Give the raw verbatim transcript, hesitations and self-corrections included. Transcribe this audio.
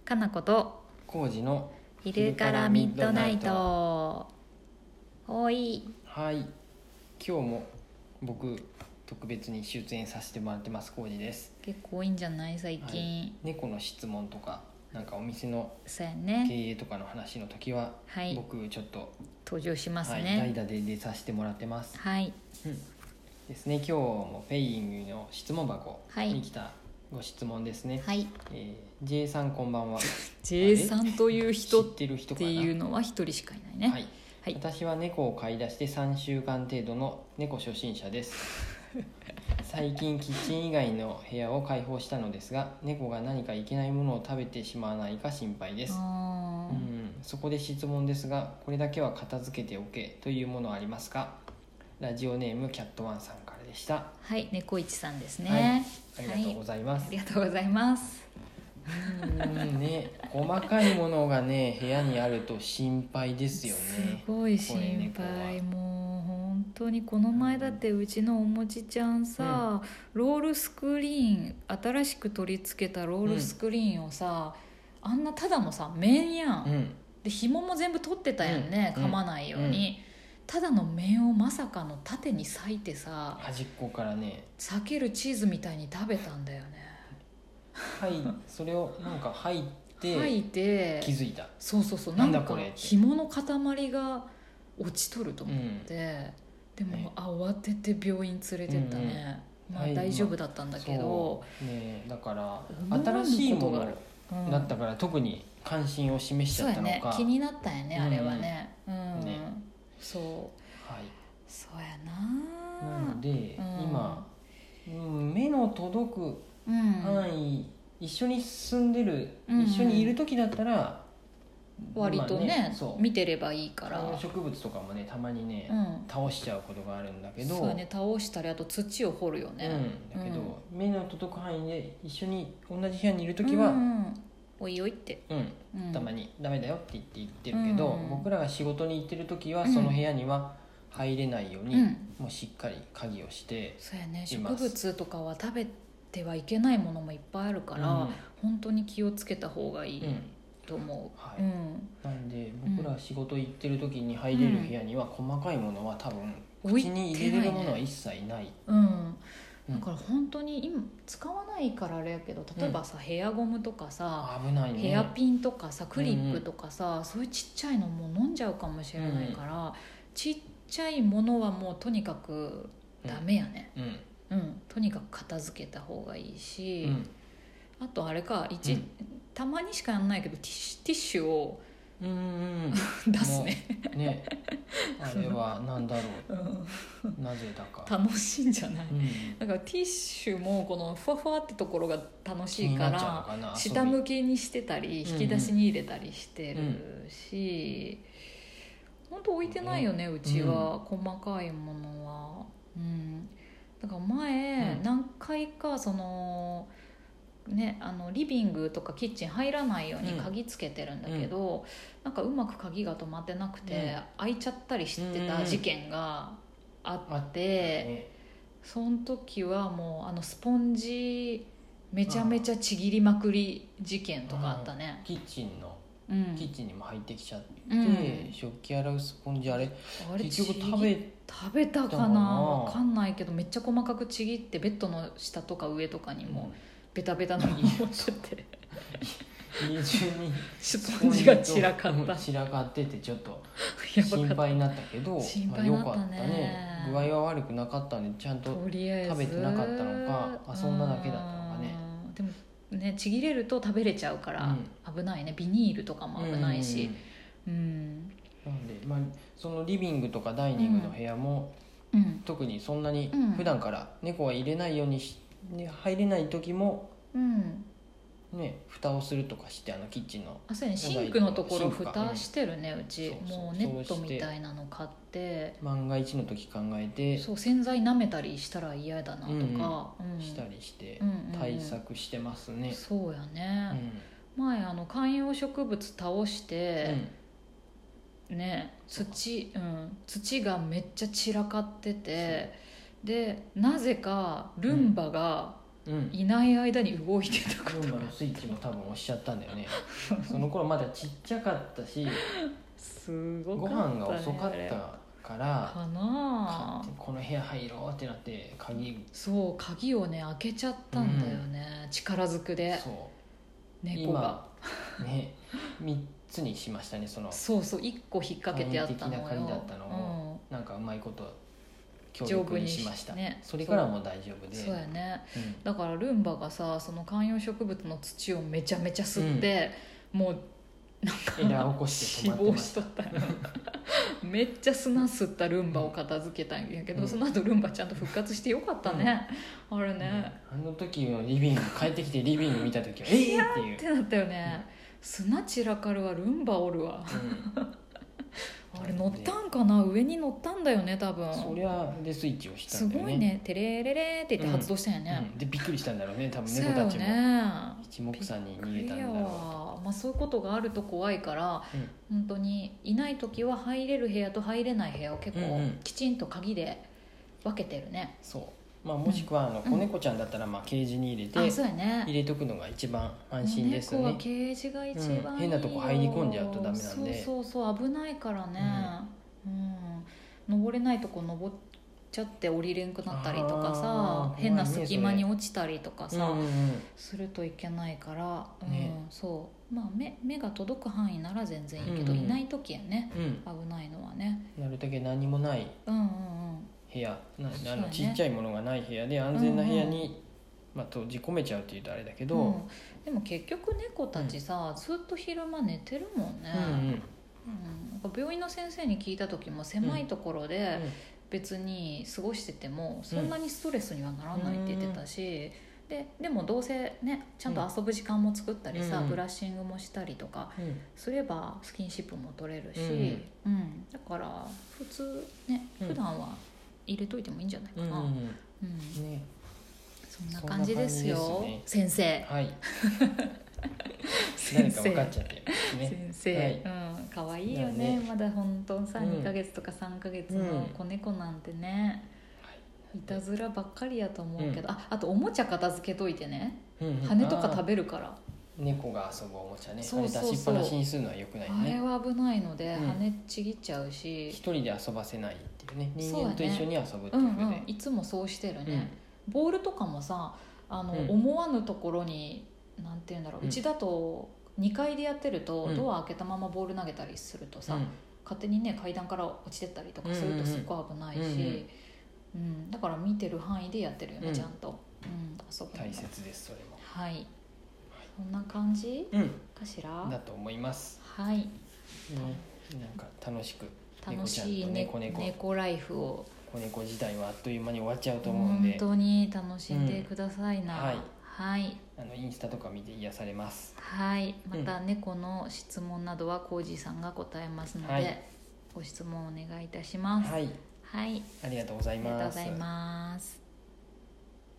かなこと工事の昼からミッドナイト。おい。 はい、今日も僕特別に出演させてもらってます工事です。 結構多いんじゃない最近、はい、 猫の質問とかなんかお店の経営とかの話の時は、 はい、 僕ちょっと登場しますね、 はい、代打で出させてもらってます。 はい、 うん、ですね。今日もペイングの質問箱に来たご質問ですね。 はい、 えー、J さんこんばんは。 J さんという人知ってる人かっな。 ていうのは一人しかいないね。 はいはい、私は猫を飼い出してさんしゅうかん程度の猫初心者です。最近キッチン以外の部屋を開放したのですが、猫が何かいけないものを食べてしまわないか心配です。 あ、 うん、そこで質問ですが、これだけは片付けておけというものはありますか？ラジオネームキャットワンさんからでした。 はい、猫一さんですね、 はい、ありがとうございます、はい、 ありがとうございます。 うんね、細かいものがね部屋にあると心配ですよね。 すごい心配。もう本当にこの前だってうちのおもちちゃんさ、うん、ロールスクリーン新しく取り付けたロールスクリーンをさ、うん、あんなただのさ面やん、うん、で紐も全部取ってたやんね、うん、噛まないように、うん、ただの面をまさかの縦に裂いてさ端っこからね裂けるチーズみたいに食べたんだよね。 はい、それをなんか吐いて吐いて気づいた。 そうそうそう、なんか紐の塊が落ちとると思って、うん、でも、ね、あ慌てて病院連れてったね、うんうん、まあ、大丈夫だったんだけど、 まあね、だから新しいものだったから特に関心を示しちゃったのか、 そうやね、気になったんやね、あれはね、うん、ね、そう、 はい、 そうやな。 なので、うん、今、うん、目の届く範囲、うん、一緒に住んでる、うんうん、一緒にいる時だったら割とね、ね、見てればいいから。 植物とかもねたまにね、うん、倒しちゃうことがあるんだけど、 そうね、倒したりあと土を掘るよね、 うん、だけど、うん、目の届く範囲で一緒に同じ部屋にいる時は、うん、 おいおいって、 うん、たまにダメだよって言って言ってるけど、うん、僕らが仕事に行ってる時はその部屋には入れないように、うん、もうしっかり鍵をしてそうやね、植物とかは食べてはいけないものもいっぱいあるから、うん、本当に気をつけた方がいい、うん、と思う、はい、うん、 なんで僕ら仕事行ってる時に入れる部屋には細かいものは多分口に入れれるものは一切ない、 うん、だから本当に今使わないからあれやけど、例えばさ、うん、ヘアゴムとかさ、 危ないね、 ヘアピンとかさクリップとかさ、うんうん、そういうちっちゃいのも飲んじゃうかもしれないから、うん、ちっちゃいものはもうとにかくダメやね、うんうん、とにかく片付けた方がいいし、うん、あとあれか一、うん、たまにしかやんないけどティッシュ、ティッシュをうんうん出すねね、あれは何だろう、うん、なぜだか楽しいんじゃない、うん、だからティッシュもこのふわふわってところが楽しいからか下向きにしてたり引き出しに入れたりしてるし、うんうん、本当置いてないよね、うちは、うん、細かいものは、うん、だから前、うん、何回かそのね、あのリビングとかキッチン入らないように鍵つけてるんだけど、うん、なんかうまく鍵が止まってなくて、うん、開いちゃったりしてた事件があって、うんね、その時はもうあのスポンジめちゃめちゃちぎりまくり事件とかあったね。 キッチンの、うん、キッチンにも入ってきちゃって、うん、食器洗うスポンジあれあれ結局食べ食べたかな分かんないけどめっちゃ細かくちぎってベッドの下とか上とかにも、うんベタベタのに持ってて家中にスポンジが散らかった散らかっててちょっと心配になったけど心配になったね、まあ、よかったね。具合は悪くなかったんでちゃんと食べてなかったのか遊んだだけだったのかね。 でもねちぎれると食べれちゃうから危ないね、うん、ビニールとかも危ないし、うん、うん、 なんで、まあ、そのリビングとかダイニングの部屋も、うん、特にそんなに普段から猫は入れないようにしてで入れない時も、うんね、蓋をするとかしてあのキッチンのあそう、ね、シンクのところ蓋してるね、うん、うちそうそうもうネットみたいなの買って万が一の時考えてそう洗剤舐めたりしたら嫌だなとか、うんうん、したりして対策してますね、うんうんうん、 そうやね、うん、前あの観葉植物倒して、うん、ね土、うん、土がめっちゃ散らかっててでなぜかルンバがうん、 いない間に動いてたことルンバのスイッチも多分押しちゃったんだよねその頃まだちっちゃかったしすごかった、ね、ご飯が遅かったからかなこの部屋入ろうってなって鍵そう鍵をね開けちゃったんだよね、うん、力ずくでそう猫が今ねみっつにしましたねそのそうそういっこ引っ掛けてあったのよ簡易的な鍵だったのを、うん、なんかうまいこと強丈夫力にしました、 ね、 それからも大丈夫でそうやね、 うん、 だからルンバがさその観葉植物の土をめちゃめちゃ吸って、うん、もうなんかエラー起こして止まってました死亡しとったよめっちゃ砂吸ったルンバを片付けたんやけど、うん、その後ルンバちゃんと復活してよかったね、うん、あれね、 うん、あの時のリビング帰ってきてリビング見た時はえーっていうってなったよね、うん、砂散らかるわルンバおるわ、うんあれ乗ったんかな、上に乗ったんだよね多分そりゃでスイッチをしたんだよねすごいねテレレレって言って発動したんやね、 うんうん、でびっくりしたんだろうね多分猫たちも、ね、一目散に逃げたんだろうと、 まあ、そういうことがあると怖いから、うん、本当にいない時は入れる部屋と入れない部屋を結構きちんと鍵で分けてるね、 うんうん、そうまあ、もしくはあの子猫ちゃんだったらまあケージに入れて、 うん、そうやね、 入れとくのが一番安心ですね。 猫はケージが一番いいよ、 うん、変なとこ入り込んじゃうとダメなんでそうそうそう危ないからね、うんうん、登れないとこ登っちゃって降りれんくなったりとかさ変な隙間に落ちたりとかさ、うんうん、するといけないから、うんね、そうまあ 目, 目が届く範囲なら全然いいけど、うんうん、いない時やね、うん、危ないのはねなるだけ何もない、 うんうんうん部屋なあの、ね、ちっちゃいものがない部屋で安全な部屋に、うんうんまあ、閉じ込めちゃうっていうとあれだけど、うん、 でも結局猫たちさ、うん、ずっと昼間寝てるもんね、うんうんうん、病院の先生に聞いた時も狭いところで別に過ごしててもそんなにストレスにはならないって言ってたし、うん、で, でもどうせねちゃんと遊ぶ時間も作ったりさ、うん、ブラッシングもしたりとかすればスキンシップも取れるし、うんうん、だから普通ね普段は入れといてもいいんじゃないかな、うんうんね、そんな感じですよ、ね、先生はい何か分かっちゃってるんですね先生、はいうん、かわいいよね、まだ本当さ、うん、にかげつとかさんかげつの子猫なんてね、うん、いたずらばっかりやと思うけど、うん、あ, あとおもちゃ片付けといてね、うんうん、羽とか食べるから猫が遊ぶおもちゃねそうそうそうあれ出しっぱなしにするのはよくないねあれは危ないので、うん、羽ちぎっちゃうし一人で遊ばせないっていうね人間と一緒に遊ぶっていうふうで、 うんうん、いつもそうしてるね、うん、ボールとかもさあの、うん、思わぬところになんていうんだろう、うん、うちだとにかいでやってると、うん、ドア開けたままボール投げたりするとさ、うん、勝手にね階段から落ちてったりとかするとすっごい危ないし、うんうんうん、だから見てる範囲でやってるよね、うん、ちゃんと、うん、遊ぶ大切ですそれもはいそんな感じ、 うん、 かしらだと思いますはい、 ね、なんか楽しく楽しい猫猫猫ライフを子猫自体はあっという間に終わっちゃうと思うんで本当に楽しんでくださいな、うん、はい、はい、 あのインスタとか見て癒されますはいまた猫の質問などはコージーさんが答えますので、はい、ご質問お願いいたしますはい、 はい、 ありがとうございますありがとうございます